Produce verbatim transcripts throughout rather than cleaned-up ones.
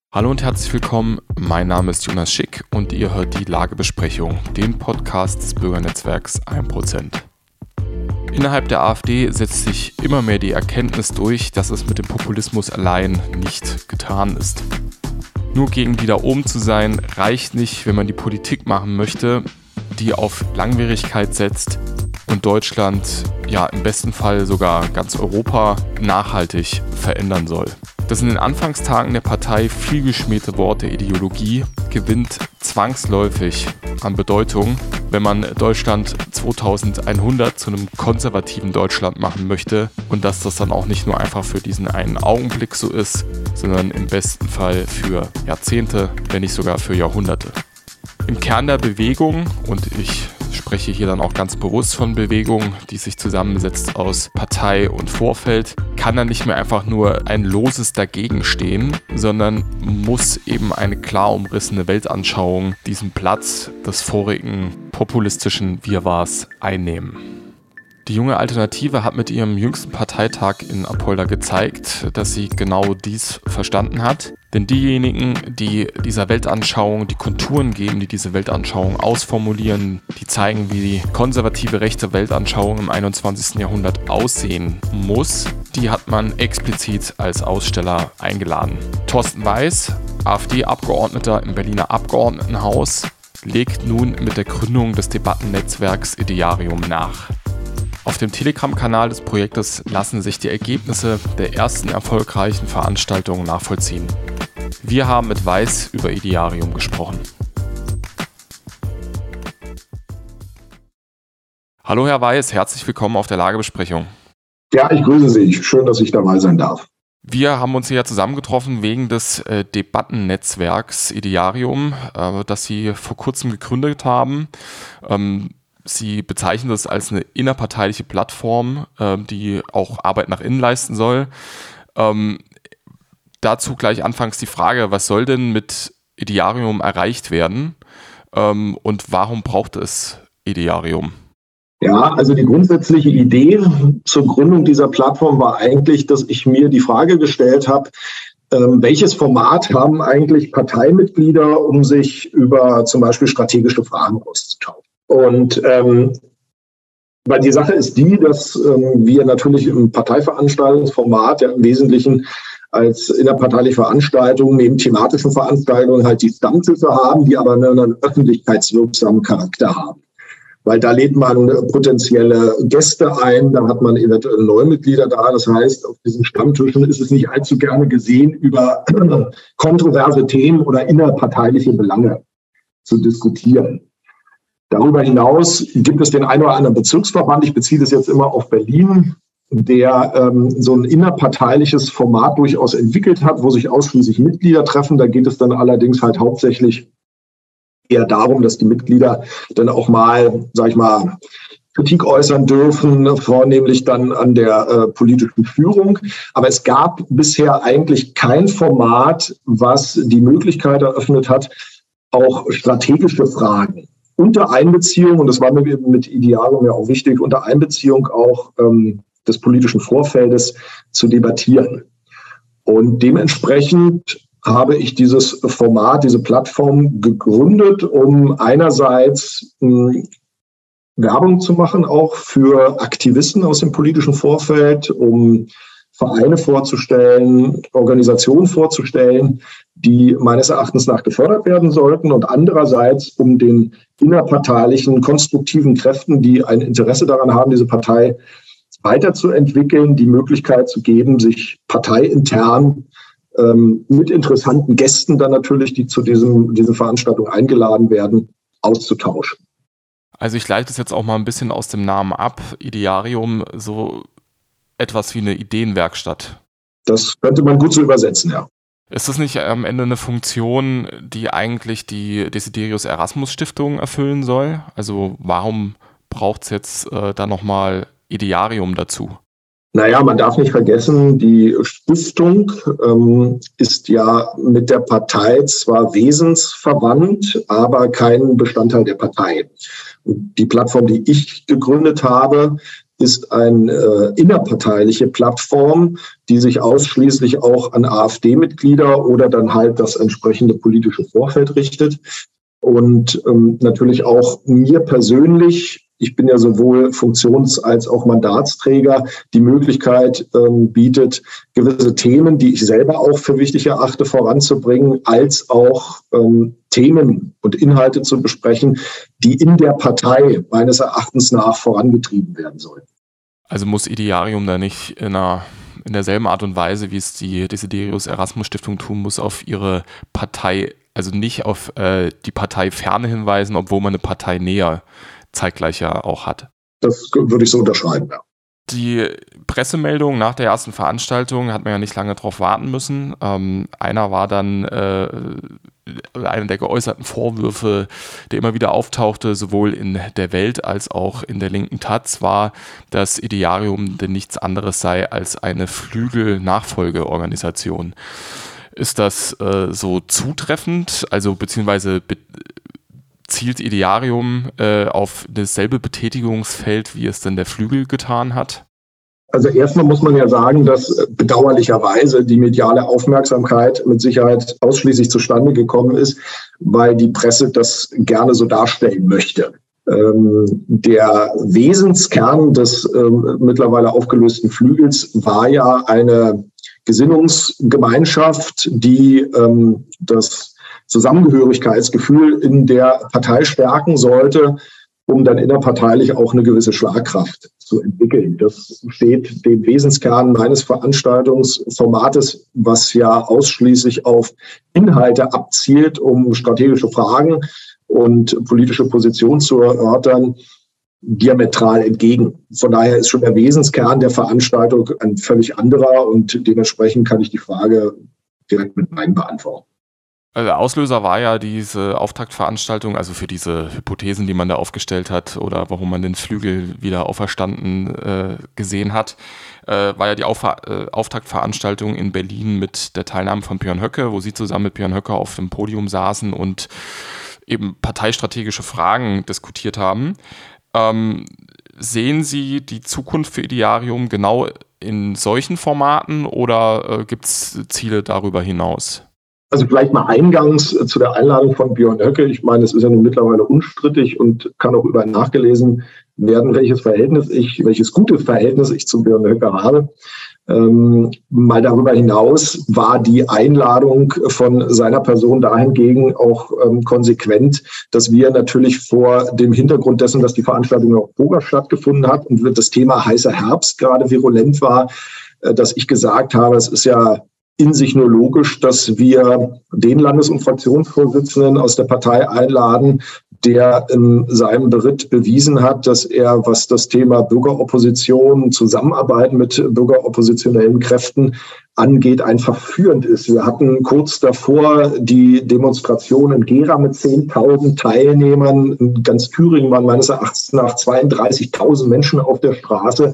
Hallo und herzlich willkommen, mein Name ist Jonas Schick und ihr hört die Lagebesprechung, den Podcast des Bürgernetzwerks ein Prozent. Innerhalb der AfD setzt sich immer mehr die Erkenntnis durch, dass es mit dem Populismus allein nicht getan ist. Nur gegen die da oben zu sein, reicht nicht, wenn man die Politik machen möchte, die auf Langwierigkeit setzt und Deutschland, ja im besten Fall sogar ganz Europa, nachhaltig verändern soll. Das in den Anfangstagen der Partei vielgeschmähte Wort der Ideologie gewinnt zwangsläufig an Bedeutung, wenn man Deutschland zweitausendeinhundert zu einem konservativen Deutschland machen möchte und dass das dann auch nicht nur einfach für diesen einen Augenblick so ist, sondern im besten Fall für Jahrzehnte, wenn nicht sogar für Jahrhunderte. Im Kern der Bewegung, und ich spreche hier dann auch ganz bewusst von Bewegung, die sich zusammensetzt aus Partei und Vorfeld, kann dann nicht mehr einfach nur ein loses Dagegenstehen, sondern muss eben eine klar umrissene Weltanschauung diesen Platz des vorigen populistischen Wirrwarrs einnehmen. Die junge Alternative hat mit ihrem jüngsten Parteitag in Apolda gezeigt, dass sie genau dies verstanden hat. Denn diejenigen, die dieser Weltanschauung die Konturen geben, die diese Weltanschauung ausformulieren, die zeigen, wie die konservative rechte Weltanschauung im einundzwanzigsten Jahrhundert aussehen muss, die hat man explizit als Aussteller eingeladen. Thorsten Weiß, AfD-Abgeordneter im Berliner Abgeordnetenhaus, legt nun mit der Gründung des Debattennetzwerks Idearium nach. Auf dem Telegram-Kanal des Projektes lassen sich die Ergebnisse der ersten erfolgreichen Veranstaltungen nachvollziehen. Wir haben mit Weiß über Idearium gesprochen. Hallo Herr Weiß, herzlich willkommen auf der Lagebesprechung. Ja, ich grüße Sie. Schön, dass ich dabei sein darf. Wir haben uns hier zusammengetroffen wegen des äh, Debattennetzwerks Idearium, äh, das Sie vor kurzem gegründet haben. Ähm, Sie bezeichnen das als eine innerparteiliche Plattform, äh, die auch Arbeit nach innen leisten soll. Ähm, dazu gleich anfangs die Frage, was soll denn mit Idearium erreicht werden ähm, und warum braucht es Idearium? Ja, also die grundsätzliche Idee zur Gründung dieser Plattform war eigentlich, dass ich mir die Frage gestellt habe, ähm, welches Format haben eigentlich Parteimitglieder, um sich über zum Beispiel strategische Fragen auszutauschen? Und ähm, weil die Sache ist die, dass ähm, wir natürlich im Parteiveranstaltungsformat ja im Wesentlichen als innerparteiliche Veranstaltung neben thematischen Veranstaltungen halt die Stammtische haben, die aber einen öffentlichkeitswirksamen Charakter haben. Weil da lädt man potenzielle Gäste ein, dann hat man eventuell Neumitglieder da. Das heißt, auf diesen Stammtischen ist es nicht allzu gerne gesehen, über kontroverse Themen oder innerparteiliche Belange zu diskutieren. Darüber hinaus gibt es den einen oder anderen Bezirksverband, ich beziehe das jetzt immer auf Berlin, der ähm, so ein innerparteiliches Format durchaus entwickelt hat, wo sich ausschließlich Mitglieder treffen. Da geht es dann allerdings halt hauptsächlich eher darum, dass die Mitglieder dann auch mal, sag ich mal, Kritik äußern dürfen, vornehmlich dann an der äh, politischen Führung. Aber es gab bisher eigentlich kein Format, was die Möglichkeit eröffnet hat, auch strategische Fragen unter Einbeziehung, und das war mir mit Idearium ja auch wichtig, unter Einbeziehung auch ähm, des politischen Vorfeldes zu debattieren. Und dementsprechend habe ich dieses Format, diese Plattform gegründet, um einerseits mh, Werbung zu machen, auch für Aktivisten aus dem politischen Vorfeld, um Vereine vorzustellen, Organisationen vorzustellen, die meines Erachtens nach gefördert werden sollten, und andererseits, um den innerparteilichen, konstruktiven Kräften, die ein Interesse daran haben, diese Partei weiterzuentwickeln, die Möglichkeit zu geben, sich parteiintern ähm, mit interessanten Gästen dann natürlich, die zu diesem, dieser Veranstaltung eingeladen werden, auszutauschen. Also ich leite es jetzt auch mal ein bisschen aus dem Namen ab. Idearium, so etwas wie eine Ideenwerkstatt. Das könnte man gut so übersetzen, ja. Ist das nicht am Ende eine Funktion, die eigentlich die Desiderius Erasmus Stiftung erfüllen soll? Also warum braucht es jetzt äh, da nochmal Idearium dazu? Naja, man darf nicht vergessen, die Stiftung ähm, ist ja mit der Partei zwar wesensverwandt, aber kein Bestandteil der Partei. Und die Plattform, die ich gegründet habe, ist eine äh, innerparteiliche Plattform, die sich ausschließlich auch an AfD-Mitglieder oder dann halt das entsprechende politische Vorfeld richtet. Und ähm, natürlich auch mir persönlich, ich bin ja sowohl Funktions- als auch Mandatsträger, die Möglichkeit ähm, bietet, gewisse Themen, die ich selber auch für wichtig erachte, voranzubringen, als auch ähm, Themen und Inhalte zu besprechen, die in der Partei meines Erachtens nach vorangetrieben werden sollen. Also muss Idearium da nicht in einer in derselben Art und Weise, wie es die Desiderius Erasmus Stiftung tun muss, auf ihre Partei, also nicht auf äh, die Parteiferne hinweisen, obwohl man eine Parteinähe zeitgleich ja auch hat. Das würde ich so unterschreiben, ja. Die Pressemeldung nach der ersten Veranstaltung hat man ja nicht lange drauf warten müssen. Ähm, einer war dann äh, einer der geäußerten Vorwürfe, der immer wieder auftauchte, sowohl in der Welt als auch in der linken Taz, war, dass Idearium denn nichts anderes sei als eine Flügel-Nachfolgeorganisation. Ist das äh, so zutreffend? Also beziehungsweise be- zielt Idearium äh, auf dasselbe Betätigungsfeld, wie es denn der Flügel getan hat? Also erstmal muss man ja sagen, dass bedauerlicherweise die mediale Aufmerksamkeit mit Sicherheit ausschließlich zustande gekommen ist, weil die Presse das gerne so darstellen möchte. Ähm, der Wesenskern des ähm, mittlerweile aufgelösten Flügels war ja eine Gesinnungsgemeinschaft, die ähm, das Zusammengehörigkeitsgefühl in der Partei stärken sollte, um dann innerparteilich auch eine gewisse Schlagkraft zu entwickeln. Das steht dem Wesenskern meines Veranstaltungsformates, was ja ausschließlich auf Inhalte abzielt, um strategische Fragen und politische Positionen zu erörtern, diametral entgegen. Von daher ist schon der Wesenskern der Veranstaltung ein völlig anderer und dementsprechend kann ich die Frage direkt mit Nein beantworten. Also der Auslöser war ja diese Auftaktveranstaltung, also für diese Hypothesen, die man da aufgestellt hat oder warum man den Flügel wieder auferstanden äh, gesehen hat, äh, war ja die Auf- äh, Auftaktveranstaltung in Berlin mit der Teilnahme von Björn Höcke, wo sie zusammen mit Björn Höcke auf dem Podium saßen und eben parteistrategische Fragen diskutiert haben. Ähm, sehen Sie die Zukunft für Idearium genau in solchen Formaten oder äh, gibt es Ziele darüber hinaus? Also vielleicht mal eingangs zu der Einladung von Björn Höcke. Ich meine, es ist ja nun mittlerweile unstrittig und kann auch überall nachgelesen werden, welches Verhältnis ich, welches gute Verhältnis ich zu Björn Höcke habe. Ähm, mal darüber hinaus war die Einladung von seiner Person dahingegen auch ähm, konsequent, dass wir natürlich vor dem Hintergrund dessen, dass die Veranstaltung auf Poga stattgefunden hat und das Thema heißer Herbst gerade virulent war, äh, dass ich gesagt habe, es ist ja in sich nur logisch, dass wir den Landes- und Fraktionsvorsitzenden aus der Partei einladen, der in seinem Bericht bewiesen hat, dass er, was das Thema Bürgeropposition, Zusammenarbeiten mit bürgeroppositionellen Kräften angeht, einfach führend ist. Wir hatten kurz davor die Demonstration in Gera mit zehntausend Teilnehmern. In ganz Thüringen waren meines Erachtens nach zweiunddreißigtausend Menschen auf der Straße.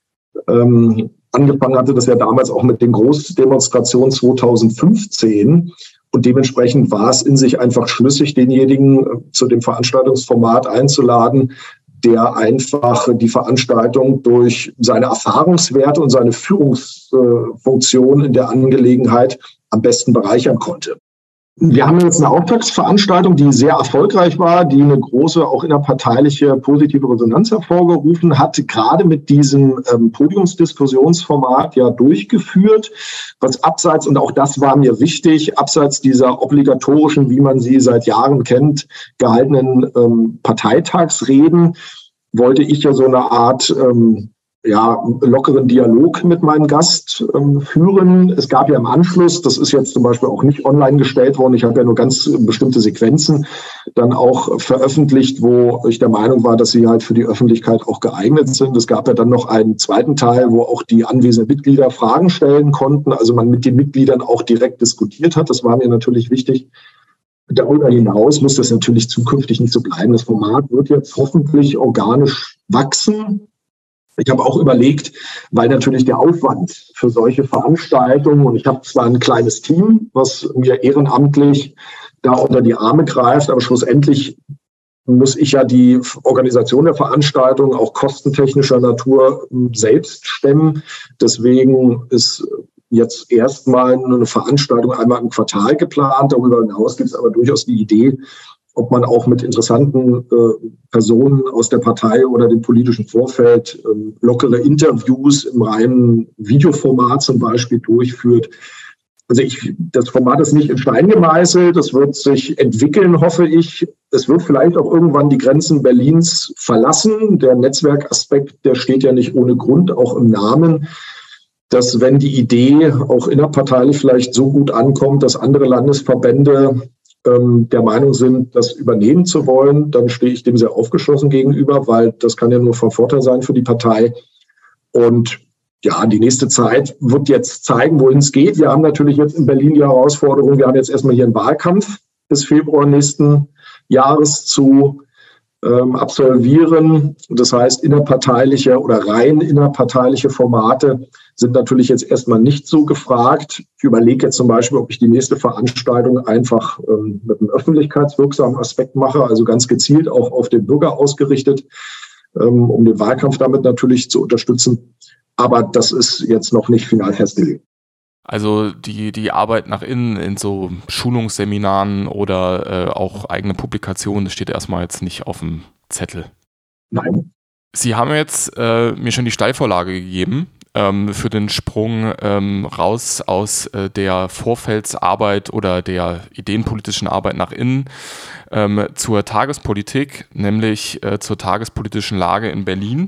Ähm, Angefangen hatte das ja damals auch mit den Großdemonstrationen zweitausendfünfzehn. Und dementsprechend war es in sich einfach schlüssig, denjenigen zu dem Veranstaltungsformat einzuladen, der einfach die Veranstaltung durch seine Erfahrungswerte und seine Führungsfunktion in der Angelegenheit am besten bereichern konnte. Wir haben jetzt eine Auftaktveranstaltung, die sehr erfolgreich war, die eine große, auch innerparteiliche positive Resonanz hervorgerufen hat, gerade mit diesem ähm, Podiumsdiskussionsformat ja durchgeführt, was abseits, und auch das war mir wichtig, abseits dieser obligatorischen, wie man sie seit Jahren kennt, gehaltenen ähm, Parteitagsreden, wollte ich ja so eine Art ähm, ja, lockeren Dialog mit meinem Gast ähm, führen. Es gab ja im Anschluss, das ist jetzt zum Beispiel auch nicht online gestellt worden, ich habe ja nur ganz bestimmte Sequenzen dann auch veröffentlicht, wo ich der Meinung war, dass sie halt für die Öffentlichkeit auch geeignet sind. Es gab ja dann noch einen zweiten Teil, wo auch die anwesenden Mitglieder Fragen stellen konnten, also man mit den Mitgliedern auch direkt diskutiert hat. Das war mir natürlich wichtig. Darüber hinaus muss das natürlich zukünftig nicht so bleiben. Das Format wird jetzt hoffentlich organisch wachsen. Ich habe auch überlegt, weil natürlich der Aufwand für solche Veranstaltungen, und ich habe zwar ein kleines Team, was mir ehrenamtlich da unter die Arme greift, aber schlussendlich muss ich ja die Organisation der Veranstaltung auch kostentechnischer Natur selbst stemmen. Deswegen ist jetzt erstmal eine Veranstaltung einmal im Quartal geplant. Darüber hinaus gibt es aber durchaus die Idee, ob man auch mit interessanten äh, Personen aus der Partei oder dem politischen Vorfeld äh, lockere Interviews im reinen Videoformat zum Beispiel durchführt. Also ich, das Format ist nicht in Stein gemeißelt, das wird sich entwickeln, hoffe ich. Es wird vielleicht auch irgendwann die Grenzen Berlins verlassen. Der Netzwerkaspekt, der steht ja nicht ohne Grund auch im Namen, dass wenn die Idee auch innerparteilich vielleicht so gut ankommt, dass andere Landesverbände ähm, der Meinung sind, das übernehmen zu wollen, dann stehe ich dem sehr aufgeschlossen gegenüber, weil das kann ja nur von Vorteil sein für die Partei. Und ja, die nächste Zeit wird jetzt zeigen, wohin es geht. Wir haben natürlich jetzt in Berlin die Herausforderung, wir haben jetzt erstmal hier einen Wahlkampf bis Februar nächsten Jahres zu ähm, absolvieren. Das heißt, innerparteiliche oder rein innerparteiliche Formate sind natürlich jetzt erstmal nicht so gefragt. Ich überlege jetzt zum Beispiel, ob ich die nächste Veranstaltung einfach ähm, mit einem öffentlichkeitswirksamen Aspekt mache, also ganz gezielt auch auf den Bürger ausgerichtet, ähm, um den Wahlkampf damit natürlich zu unterstützen. Aber das ist jetzt noch nicht final festgelegt. Also die, die Arbeit nach innen in so Schulungsseminaren oder äh, auch eigene Publikationen, das steht erstmal jetzt nicht auf dem Zettel. Nein. Sie haben jetzt äh, mir schon die Steilvorlage gegeben ähm, für den Sprung ähm, raus aus äh, der Vorfeldsarbeit oder der ideenpolitischen Arbeit nach innen ähm, zur Tagespolitik, nämlich äh, zur tagespolitischen Lage in Berlin.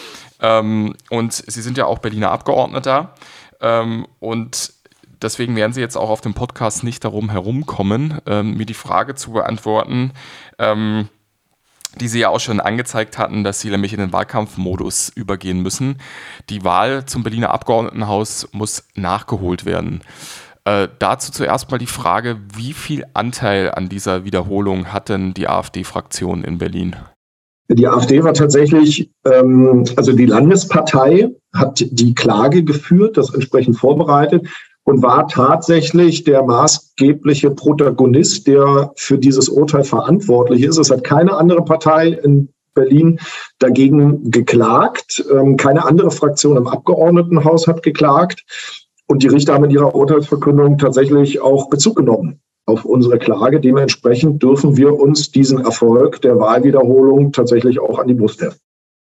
Ähm, und Sie sind ja auch Berliner Abgeordneter ähm, und deswegen werden Sie jetzt auch auf dem Podcast nicht darum herumkommen, ähm, mir die Frage zu beantworten, ähm, die Sie ja auch schon angezeigt hatten, dass Sie nämlich in den Wahlkampfmodus übergehen müssen. Die Wahl zum Berliner Abgeordnetenhaus muss nachgeholt werden. Äh, dazu zuerst mal die Frage, wie viel Anteil an dieser Wiederholung hat denn die AfD-Fraktion in Berlin? Die AfD war tatsächlich, ähm, also die Landespartei hat die Klage geführt, das entsprechend vorbereitet und war tatsächlich der maßgebliche Protagonist, der für dieses Urteil verantwortlich ist. Es hat keine andere Partei in Berlin dagegen geklagt. Ähm, keine andere Fraktion im Abgeordnetenhaus hat geklagt. Und die Richter haben in ihrer Urteilsverkündung tatsächlich auch Bezug genommen auf unsere Klage. Dementsprechend dürfen wir uns diesen Erfolg der Wahlwiederholung tatsächlich auch an die Brust heften.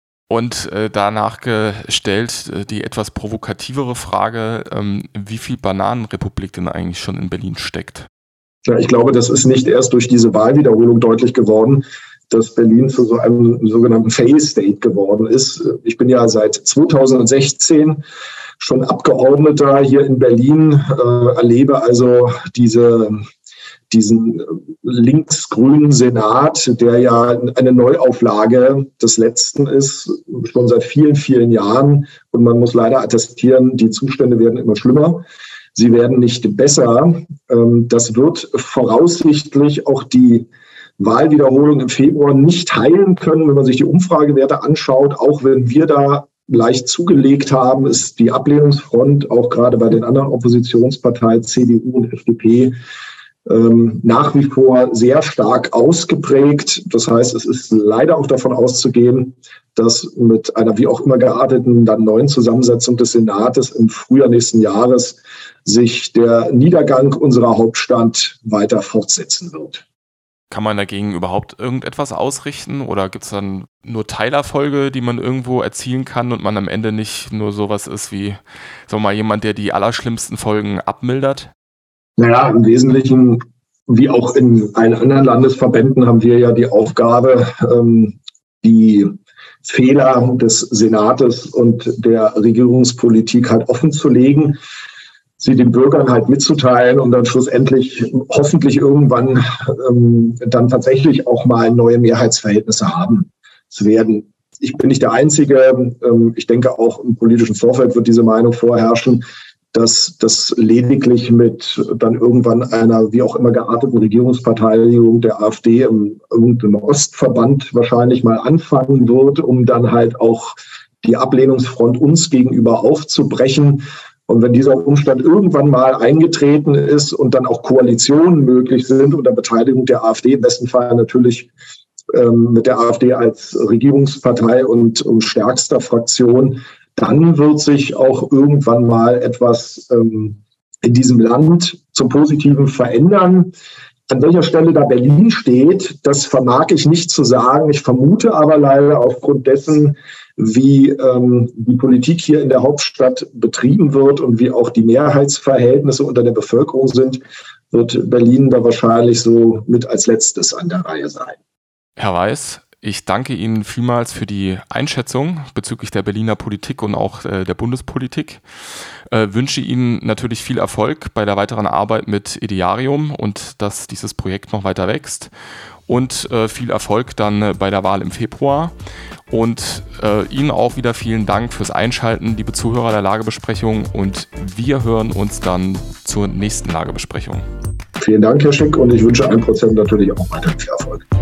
Und äh, danach gestellt äh, die etwas provokativere Frage, ähm, wie viel Bananenrepublik denn eigentlich schon in Berlin steckt? Ja, ich glaube, das ist nicht erst durch diese Wahlwiederholung deutlich geworden, dass Berlin zu so einem sogenannten Fail State geworden ist. Ich bin ja seit zweitausendsechzehn schon Abgeordneter hier in Berlin, äh, erlebe also diese diesen linksgrünen Senat, der ja eine Neuauflage des letzten ist, schon seit vielen, vielen Jahren. Und man muss leider attestieren, die Zustände werden immer schlimmer. Sie werden nicht besser. Das wird voraussichtlich auch die Wahlwiederholung im Februar nicht heilen können, wenn man sich die Umfragewerte anschaut. Auch wenn wir da leicht zugelegt haben, ist die Ablehnungsfront auch gerade bei den anderen Oppositionsparteien C D U und F D P Ähm, nach wie vor sehr stark ausgeprägt. Das heißt, es ist leider auch davon auszugehen, dass mit einer wie auch immer gearteten dann neuen Zusammensetzung des Senates im Frühjahr nächsten Jahres sich der Niedergang unserer Hauptstadt weiter fortsetzen wird. Kann man dagegen überhaupt irgendetwas ausrichten oder gibt es dann nur Teilerfolge, die man irgendwo erzielen kann und man am Ende nicht nur sowas ist wie, sagen wir mal, jemand, der die allerschlimmsten Folgen abmildert? Naja, im Wesentlichen, wie auch in allen anderen Landesverbänden, haben wir ja die Aufgabe, die Fehler des Senates und der Regierungspolitik halt offen zu legen, sie den Bürgern halt mitzuteilen und dann schlussendlich hoffentlich irgendwann dann tatsächlich auch mal neue Mehrheitsverhältnisse haben zu werden. Ich bin nicht der Einzige. Ich denke, auch im politischen Vorfeld wird diese Meinung vorherrschen, dass das lediglich mit dann irgendwann einer wie auch immer gearteten Regierungsbeteiligung der AfD im irgendeinem Ostverband wahrscheinlich mal anfangen wird, um dann halt auch die Ablehnungsfront uns gegenüber aufzubrechen. Und wenn dieser Umstand irgendwann mal eingetreten ist und dann auch Koalitionen möglich sind unter Beteiligung der AfD, im besten Fall natürlich ähm, mit der AfD als Regierungspartei und, und stärkster Fraktion, dann wird sich auch irgendwann mal etwas ähm, in diesem Land zum Positiven verändern. An welcher Stelle da Berlin steht, das vermag ich nicht zu sagen. Ich vermute aber leider aufgrund dessen, wie ähm, die Politik hier in der Hauptstadt betrieben wird und wie auch die Mehrheitsverhältnisse unter der Bevölkerung sind, wird Berlin da wahrscheinlich so mit als letztes an der Reihe sein. Herr Weiß, ich danke Ihnen vielmals für die Einschätzung bezüglich der Berliner Politik und auch äh, der Bundespolitik. Äh, wünsche Ihnen natürlich viel Erfolg bei der weiteren Arbeit mit Idearium und dass dieses Projekt noch weiter wächst. Und äh, viel Erfolg dann äh, bei der Wahl im Februar. Und äh, Ihnen auch wieder vielen Dank fürs Einschalten, liebe Zuhörer der Lagebesprechung. Und wir hören uns dann zur nächsten Lagebesprechung. Vielen Dank, Herr Schick. Und ich wünsche ein Prozent natürlich auch weiterhin viel Erfolg.